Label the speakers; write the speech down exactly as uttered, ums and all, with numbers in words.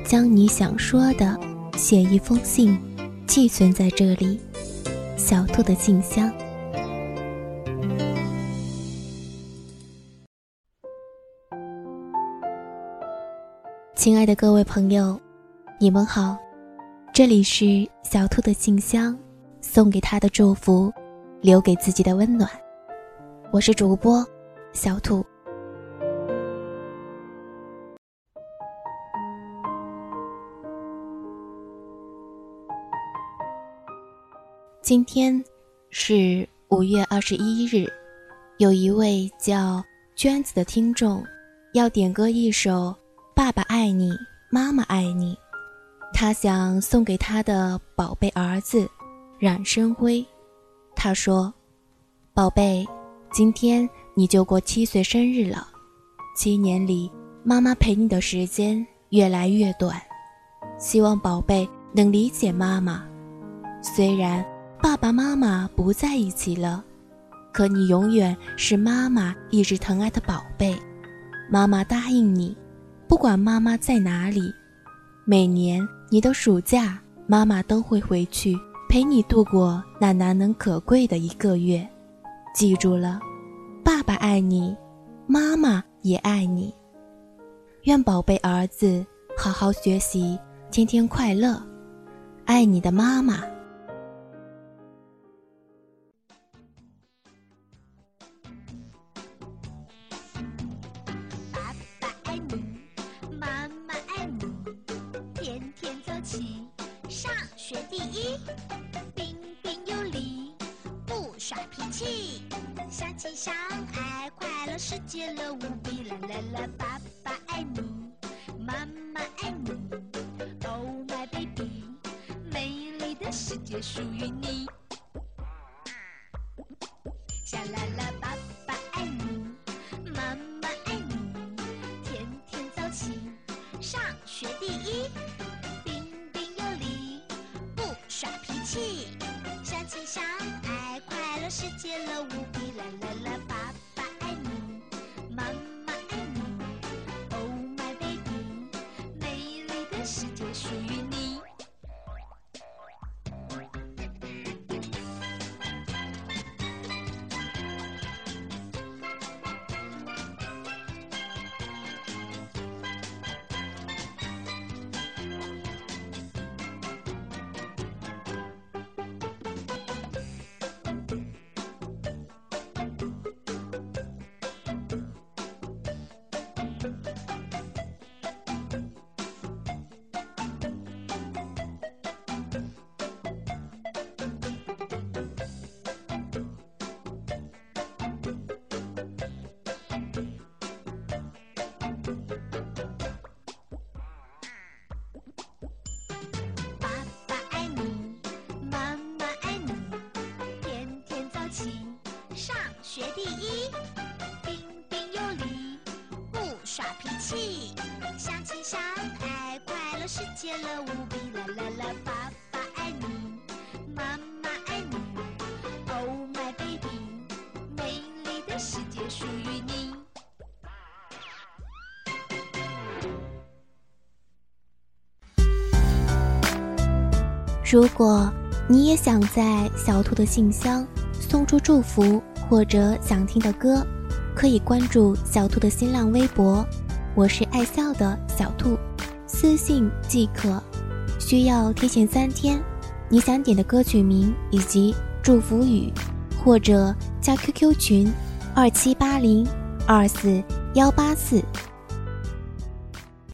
Speaker 1: 将你想说的写一封信，寄存在这里，小兔的信箱。亲爱的各位朋友，你们好，这里是小兔的信箱，送给他的祝福，留给自己的温暖。我是主播小兔。今天是五月二十一日，有一位叫娟子的听众要点歌一首爸爸爱你，妈妈爱你，他想送给他的宝贝儿子冉生辉。他说，宝贝，今天你就过七岁生日了，七年里妈妈陪你的时间越来越短，希望宝贝能理解妈妈，虽然爸爸妈妈不在一起了，可你永远是妈妈一直疼爱的宝贝。妈妈答应你，不管妈妈在哪里，每年你的暑假妈妈都会回去陪你度过那难能可贵的一个月。记住了，爸爸爱你，妈妈也爱你。愿宝贝儿子好好学习，天天快乐，爱你的妈妈。
Speaker 2: 上学第一，彬彬有礼，不耍脾气，相亲相爱，快乐世界乐无比。啦啦啦，爸爸爱你，妈妈爱你 ，Oh my baby， 美丽的世界属于你。啦啦啦，爸爸爱你，妈妈爱你，天天早起，上学第一。相亲相爱，快乐世界乐无比。啦啦啦，爸爸爱你，妈妈爱你 ，Oh my baby， 美丽的世界属于你。上学第一，彬彬有礼，不耍脾气，相亲相爱，快乐世界乐无比。啦啦啦，爸爸爱你，妈妈爱你 ，Oh my baby， 美丽的世界属于你。
Speaker 1: 如果你也想在小兔的信箱送出祝福或者想听的歌，可以关注小兔的新浪微博，我是爱笑的小兔，私信即可。需要提前三天你想点的歌曲名以及祝福语，或者加 Q Q 群二七八零二四幺八四